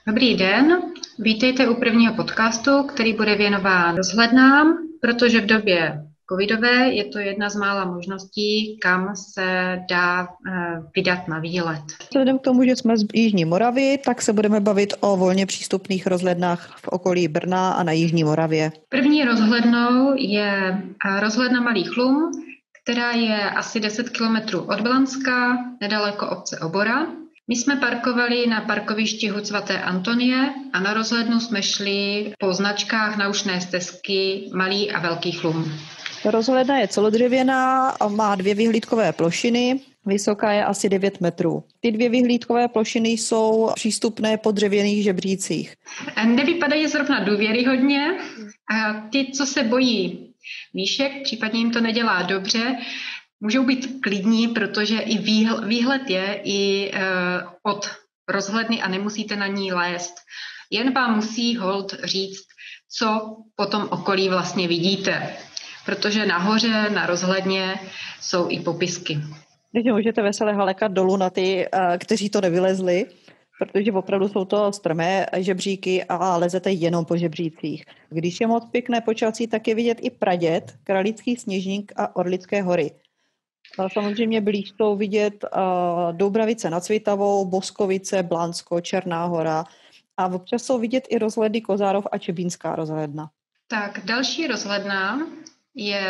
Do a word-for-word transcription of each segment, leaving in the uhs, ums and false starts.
Dobrý den, vítejte u prvního podcastu, který bude věnován rozhlednám, protože v době covidové je to jedna z mála možností, kam se dá vydat na výlet. Vzhledem k tomu, že jsme z Jižní Moravy, tak se budeme bavit o volně přístupných rozhlednách v okolí Brna a na Jižní Moravě. První rozhlednou je rozhledna Malý Chlum, která je asi deset kilometrů od Blanska, nedaleko obce Obora. My jsme parkovali na parkovišti Hud svaté Antonie a na rozhlednu jsme šli po značkách naučné stezky Malý a Velký Chlum. Rozhledna je celodřevěná a má dvě vyhlídkové plošiny. Vysoká je asi devět metrů. Ty dvě vyhlídkové plošiny jsou přístupné po dřevěných žebřících. Nevypadají zrovna důvěryhodně. A ty, co se bojí výšek, případně jim to nedělá dobře, můžou být klidní, protože i výhled je i od rozhledny a nemusíte na ní lézt. Jen vám musí hold říct, co po tom okolí vlastně vidíte. Protože nahoře, na rozhledně jsou i popisky. Takže můžete veselé halekat dolů na ty, kteří to nevylezli, protože opravdu jsou to strmé žebříky a lezete jenom po žebřících. Když je moc pěkné počasí, tak je vidět i Praděd, Kralický Sněžník a Orlické hory. Samozřejmě blíž jsou vidět Doubravice nad Svitavou, Boskovice, Blansko, Černá hora a občas jsou vidět i rozhledny Kozárov a Čebínská rozhledna. Tak další rozhledna je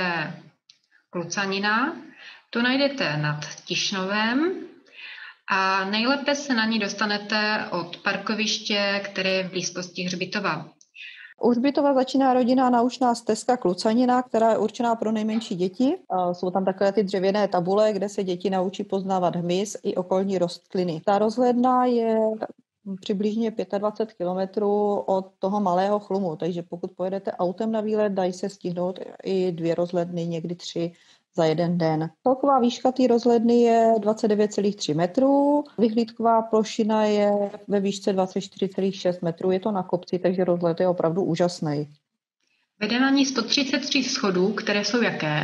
Klucanina. Tu najdete nad Tišnovem a nejlépe se na ní dostanete od parkoviště, které je v blízkosti Hřbitova. U Hřbitova začíná rodinná naučná stezka Klucanina, která je určená pro nejmenší děti. Jsou tam takové ty dřevěné tabule, kde se děti naučí poznávat hmyz i okolní rostliny. Ta rozhledna je přibližně dvacet pět kilometrů od toho Malého Chlumu, takže pokud pojedete autem na výlet, dají se stihnout i dvě rozhledny, někdy tři za jeden den. Celková výška té rozhledny je dvacet devět celá tři metrů, vyhlídková plošina je ve výšce dvacet čtyři celá šest metrů, je to na kopci, takže rozhled je opravdu úžasný. Vede na ní sto třicet tři schodů, které jsou jaké?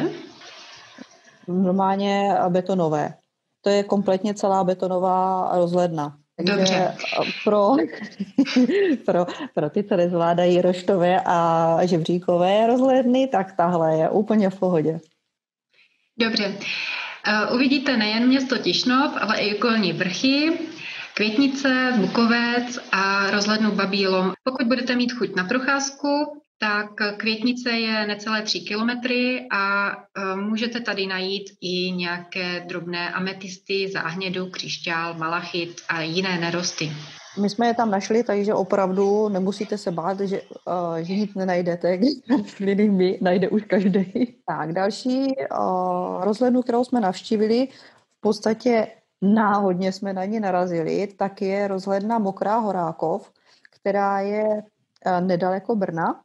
Normálně betonové. To je kompletně celá betonová rozhledna. Takže Dobře. Pro, pro, pro ty, co nezvládají roštové a žebříkové rozhledny, tak tahle je úplně v pohodě. Dobře. Uh, uvidíte nejen město Tišnov, ale i okolní vrchy, Květnice, Bukovec a rozhlednu Babí Lom. Pokud budete mít chuť na procházku, tak Květnice je necelé tři kilometry a uh, můžete tady najít i nějaké drobné ametisty, záhnědu, křišťál, malachit a jiné nerosty. My jsme je tam našli, takže opravdu nemusíte se bát, že, uh, že nic nenajdete, když rostliny najde už každý. Tak, další uh, rozhlednu, kterou jsme navštívili, v podstatě náhodně jsme na ní narazili, tak je rozhledna Mokrá Horákov, která je uh, nedaleko Brna.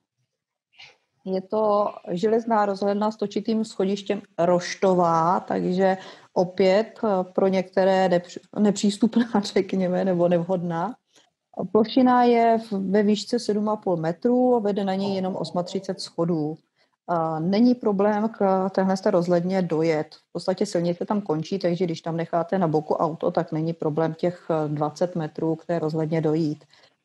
Je to železná rozhledna s točitým schodištěm roštová, takže opět pro některé nepřístupná, řekněme, nebo nevhodná. Plošina je ve výšce sedm a půl metrů a vede na něj jenom třicet osm schodů. Není problém k téhle rozhledně dojet. V podstatě silnice tam končí, takže když tam necháte na boku auto, tak není problém těch dvacet metrů k té rozhledně dojít.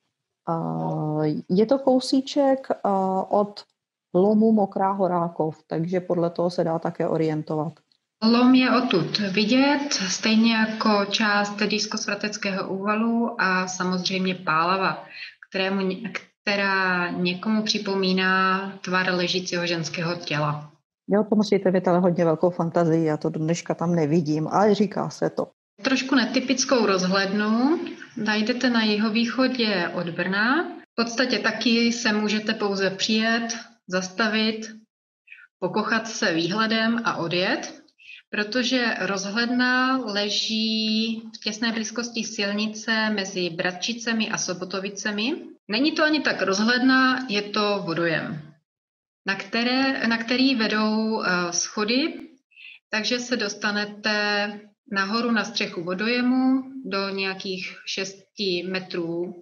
Je to kousíček od lomu Mokrá Horákov, takže podle toho se dá také orientovat. Lom je odtud vidět, stejně jako část Dýsko-Svateckého úvalu a samozřejmě Pálava, kterému, která někomu připomíná tvar ležícího ženského těla. Jo, to musíte mít ale hodně velkou fantazii, já to do dneška tam nevidím, ale říká se to. Trošku netypickou rozhlednu najdete na jihovýchodě od Brna. V podstatě taky se můžete pouze přijet, zastavit, pokochat se výhledem a odjet, protože rozhledna leží v těsné blízkosti silnice mezi Bratčicemi a Sobotovicemi. Není to ani tak rozhledna, je to vodojem, na, které, na který vedou uh, schody, takže se dostanete nahoru na střechu vodojemu do nějakých šesti metrů uh,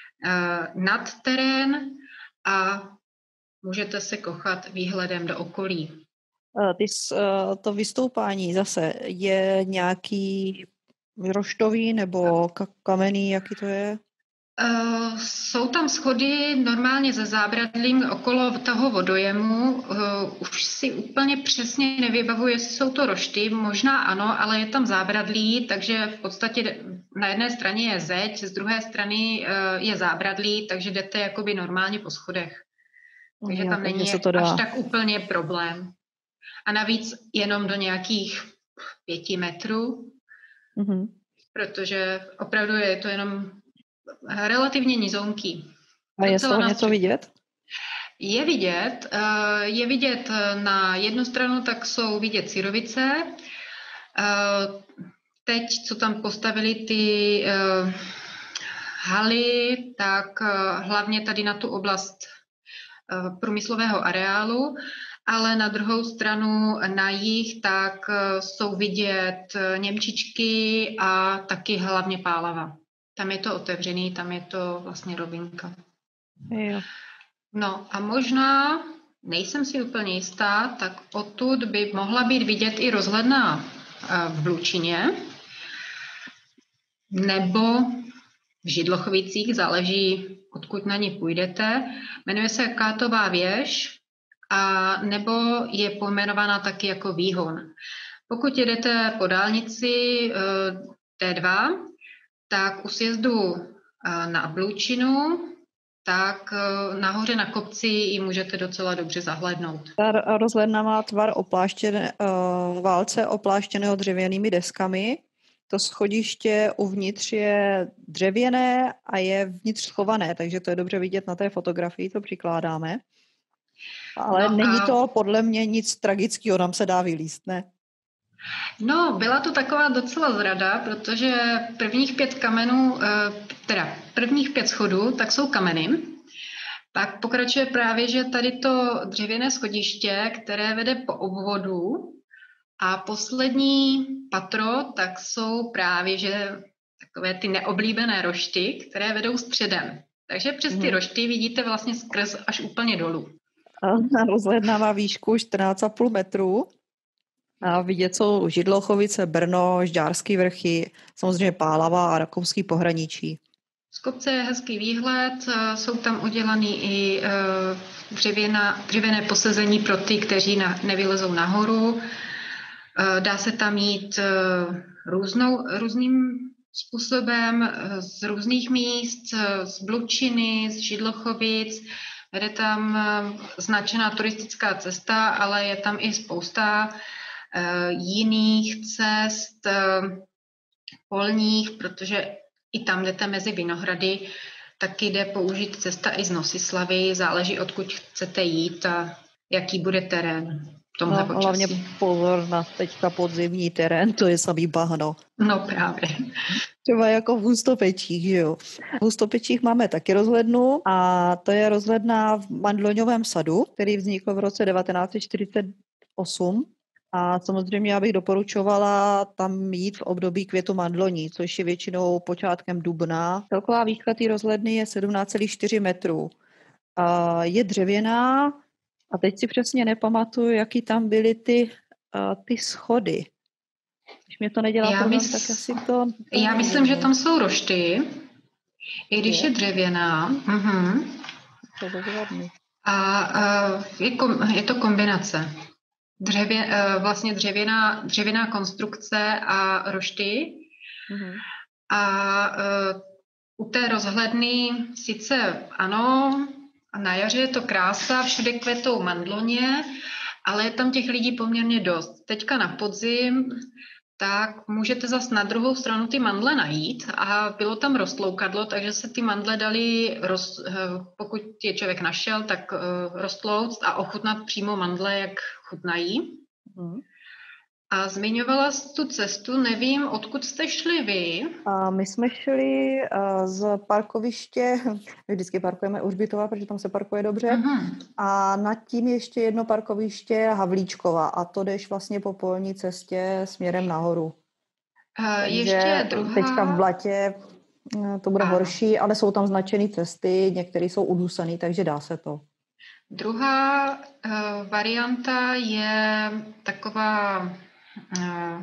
nad terén a můžete se kochat výhledem do okolí. Ty, to vystoupání zase je nějaký roštový nebo kamenný, jaký to je? Uh, jsou tam schody normálně se zábradlím okolo toho vodojemu. Uh, už si úplně přesně nevybavuji, jestli jsou to rošty, možná ano, ale je tam zábradlí, takže v podstatě na jedné straně je zeď, z druhé strany uh, je zábradlí, takže jdete jakoby normálně po schodech. Takže Jo, tam takže není se to až dá. tak úplně problém. A navíc jenom do nějakých pěti metrů, Mm-hmm. protože opravdu je to jenom relativně nizonký. A je z toho něco vidět? Je vidět. Je vidět na jednu stranu, tak jsou vidět Syrovice. Teď, co tam postavili ty haly, tak hlavně tady na tu oblast průmyslového areálu, ale na druhou stranu na jih, tak jsou vidět Němčičky a taky hlavně Pálava. Tam je to otevřený, tam je to vlastně rovinka. Jo. No a možná, nejsem si úplně jistá, tak odtud by mohla být vidět i rozhledna v Blučině, nebo v Židlochovicích, záleží, odkud na ní půjdete. Jmenuje se Kátová věž, a nebo je pojmenovaná taky jako Výhon. Pokud jedete po dálnici T dva, tak u sjezdu na Blučinu, tak nahoře na kopci ji můžete docela dobře zahlédnout. Ta rozhledna má tvar opláštěné, uh, válce opláštěného dřevěnými deskami. To schodiště uvnitř je dřevěné a je vnitř schované, takže to je dobře vidět na té fotografii, to přikládáme. Ale no není a... to podle mě nic tragického, nám se dá vylízt, ne? No, byla to taková docela zrada, protože prvních pět kamenů, teda prvních pět schodů, tak jsou kameny. Pak pokračuje právě, že tady to dřevěné schodiště, které vede po obvodu, a poslední patro, tak jsou právě, že takové ty neoblíbené rošty, které vedou středem. Takže přes ty rošty vidíte vlastně skrz až úplně dolů. A rozhledna má výšku čtrnáct celá pět metrů. A vidět jsou Židlochovice, Brno, Žďárský vrchy, samozřejmě Pálava a rakouský pohraničí. Z kopce je hezký výhled, jsou tam udělaný i dřevěna, dřevěné posezení pro ty, kteří na, nevylezou nahoru. Dá se tam jít různou, různým způsobem, z různých míst, z Blučiny, z Židlochovic. Vede tam značená turistická cesta, ale je tam i spousta jiných cest polních, protože i tam jdete mezi vinohrady, taky jde použít cesta i z Nosislavy, záleží, odkud chcete jít a jaký bude terén. No, hlavně pozor na teďka podzimní terén, to je samý bahno. No právě. Třeba jako v Hustopečích, že jo. V Hustopečích máme taky rozhlednu a to je rozhledna v Mandloňovém sadu, který vznikl v roce devatenáct set čtyřicet osm. A samozřejmě já bych doporučovala tam jít v období květu mandloní, což je většinou počátkem dubna. Celková výška té rozhledny je sedmnáct celá čtyři metrů. A je dřevěná a teď si přesně nepamatuju, jaký tam byly ty, ty schody. Když mě to nedělá problém, mys... tak asi to... to já myslím, že tam jsou rošty, i když je, je dřevěná. Uh-huh. A, a je, kom, je to kombinace. Dřevě, vlastně dřevěná, dřevěná konstrukce a rošty. Mm-hmm. A uh, u té rozhledny sice ano, na jaře je to krása, všude kvetou mandloně, ale je tam těch lidí poměrně dost. Teďka na podzim, tak můžete zas na druhou stranu ty mandle najít a bylo tam rostloukadlo, takže se ty mandle dali, roz, pokud je člověk našel, tak uh, roztlouct a ochutnat přímo mandle, jak chutnají. Hmm. A zmiňovala jsi tu cestu, nevím, odkud jste šli vy? A my jsme šli uh, z parkoviště, my vždycky parkujeme u Hřbitova, protože tam se parkuje dobře, uh-huh. a nad tím ještě jedno parkoviště Havlíčkova a to jdeš vlastně po polní cestě směrem nahoru. Uh, Takže ještě druhá... teďka v blatě to bude Aha. horší, ale jsou tam značené cesty, některé jsou udusané, takže dá se to. Druhá uh, varianta je taková uh,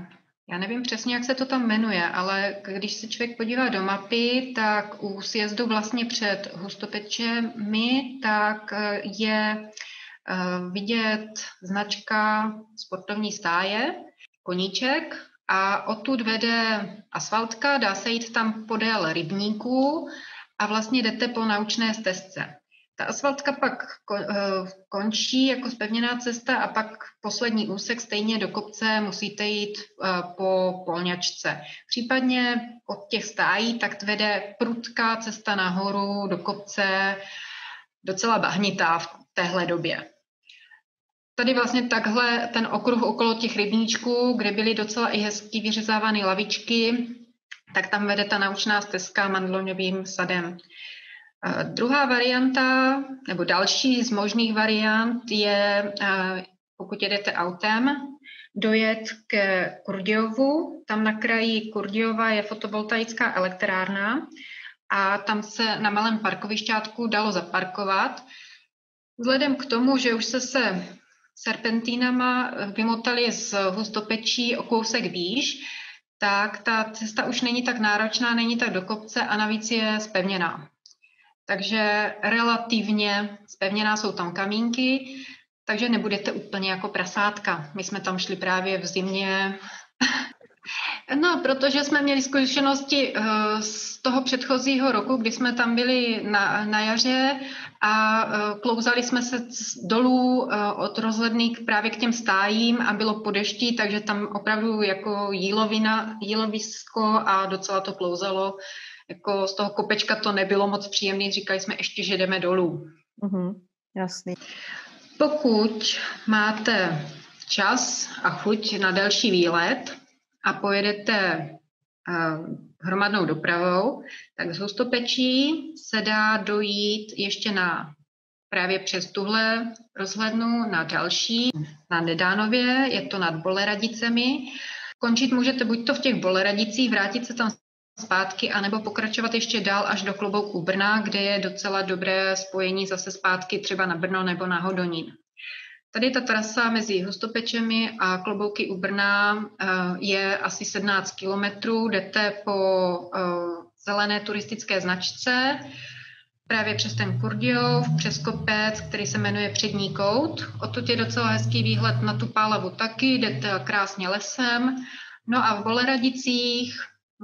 Já nevím přesně, jak se to tam jmenuje, ale když se člověk podívá do mapy, tak u sjezdu vlastně před Hustopečemi tak je vidět značka sportovní stáje, koníček, a odtud vede asfaltka, dá se jít tam podél rybníků a vlastně jdete po naučné stezce. Ta asfaltka pak končí jako zpevněná cesta a pak poslední úsek stejně do kopce musíte jít po polňačce. Případně od těch stájí tak vede prudká cesta nahoru do kopce, docela bahnitá v téhle době. Tady vlastně takhle ten okruh okolo těch rybníčků, kde byly docela i hezky vyřezávány lavičky, tak tam vede ta naučná stezka mandloňovým sadem. Druhá varianta, nebo další z možných variant je, pokud jedete autem, dojet ke Kurdiovu. Tam na kraji Kurdiova je fotovoltaická elektrárna a tam se na malém parkovišťátku dalo zaparkovat. Vzhledem k tomu, že už se se serpentínama vymotali z Hustopečí o kousek výš, tak ta cesta už není tak náročná, není tak do kopce a navíc je zpevněná. Takže relativně zpevněná, jsou tam kamínky, takže nebudete úplně jako prasátka. My jsme tam šli právě v zimě. No, protože jsme měli zkušenosti uh, z toho předchozího roku, kdy jsme tam byli na, na jaře a uh, klouzali jsme se dolů uh, od rozhledny právě k těm stájím a bylo po dešti, takže tam opravdu jako jílovina, jílovisko a docela to klouzalo. Jako z toho kopečka to nebylo moc příjemný, říkali jsme ještě, že jdeme dolů. Mm-hmm, jasný. Pokud máte čas a chuť na delší výlet a pojedete uh, hromadnou dopravou, tak z Hustopečí se dá dojít ještě na právě přes tuhle rozhlednu na další, na Nedánově, je to nad Boleradicemi. Končit můžete buď to v těch Boleradicích, vrátit se tam zpátky, anebo pokračovat ještě dál až do Klobouku Brna, kde je docela dobré spojení zase zpátky třeba na Brno nebo na Hodonín. Tady ta trasa mezi Hustopečemi a Klobouky u Brna je asi sedmnáct kilometrů. Jdete po zelené turistické značce, právě přes ten Kurdiov, přes kopec, který se jmenuje Přední kout. Odtud je docela hezký výhled na tu Pálavu taky, jdete krásně lesem. No a v Boleradicích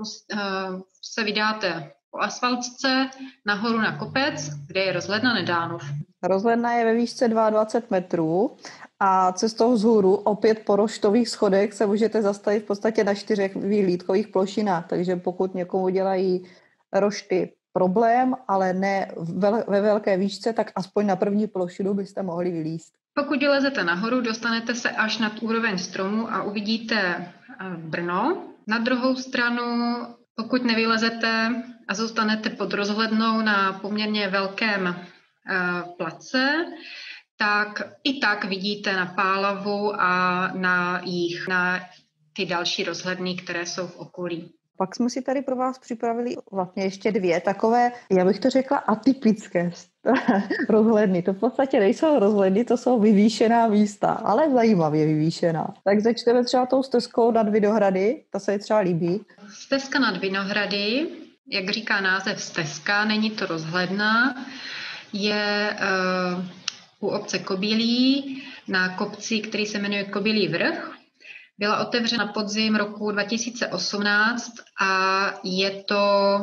se vydáte po asfaltce nahoru na kopec, kde je rozhledna Nedánov. Rozhledna je ve výšce dvacet dva metrů a cestou vzhůru opět po roštových schodech se můžete zastavit v podstatě na čtyřech výhlídkových plošinách, takže pokud někomu dělají rošty problém, ale ne ve velké výšce, tak aspoň na první plošinu byste mohli vylízt. Pokud vylezete nahoru, dostanete se až nad úroveň stromu a uvidíte Brno. Na druhou stranu, pokud nevylezete a zůstanete pod rozhlednou na poměrně velkém place, tak i tak vidíte na Pálavu a na jih, na ty další rozhledny, které jsou v okolí. Pak jsme si tady pro vás připravili vlastně ještě dvě takové, já bych to řekla, atypické rozhledny. To v podstatě nejsou rozhledny, to jsou vyvýšená místa, ale zajímavě vyvýšená. Tak začneme třeba tou stezkou nad Vinohrady, ta se je třeba líbí. Stezka nad Vinohrady, jak říká název stezka, není to rozhledna, je uh, u obce Kobylí na kopci, který se jmenuje Kobylí vrch. Byla otevřena podzim roku dva tisíce osmnáct a je to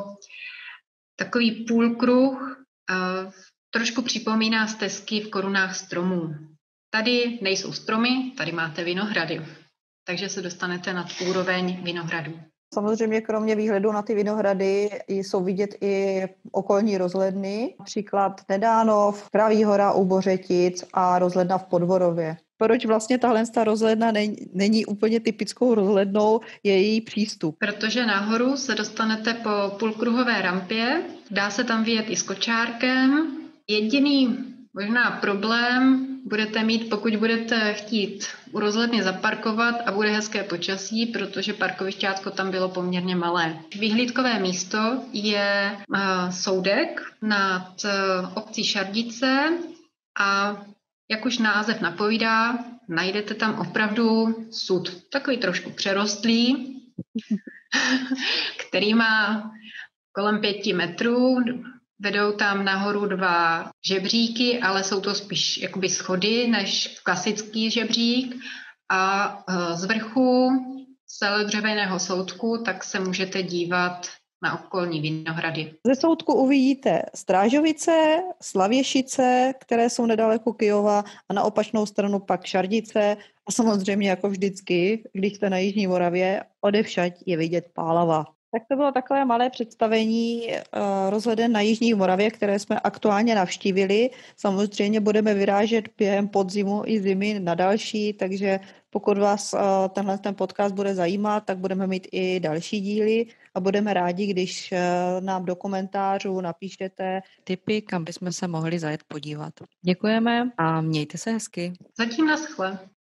takový půlkruh, uh, trošku připomíná stezky v korunách stromů. Tady nejsou stromy, tady máte vinohrady, takže se dostanete nad úroveň vinohradů. Samozřejmě kromě výhledu na ty vinohrady jsou vidět i okolní rozhledny, například Nedánov, Kraví hora u Bořetic a rozhledna v Podvorově. Proč vlastně tahle rozhledna není, není úplně typickou rozhlednou, je její přístup? Protože nahoru se dostanete po půlkruhové rampě, dá se tam vyjet i s kočárkem. Jediný možná problém budete mít, pokud budete chtít u rozhledny zaparkovat a bude hezké počasí, protože parkovišťátko tam bylo poměrně malé. Vyhlídkové místo je uh, Soudek nad uh, obcí Šardice a Jak už název napovídá, najdete tam opravdu sud, takový trošku přerostlý, který má kolem pěti metrů. Vedou tam nahoru dva žebříky, ale jsou to spíš jakoby schody než klasický žebřík. A z vrchu celodřevěného soudku tak se můžete dívat na okolní vinohrady. Ze soudku uvidíte Strážovice, Slavěšice, které jsou nedaleko Kyjova, a na opačnou stranu pak Šardice. A samozřejmě jako vždycky, když jste na Jižní Moravě, odevšad je vidět Pálava. Tak to bylo takové malé představení uh, rozhleden na Jižní Moravě, které jsme aktuálně navštívili. Samozřejmě budeme vyrážet během podzimu i zimy na další, takže pokud vás uh, tenhle ten podcast bude zajímat, tak budeme mít i další díly a budeme rádi, když uh, nám do komentářů napíšete tipy, kam bychom se mohli zajet podívat. Děkujeme a mějte se hezky. Zatím naschle.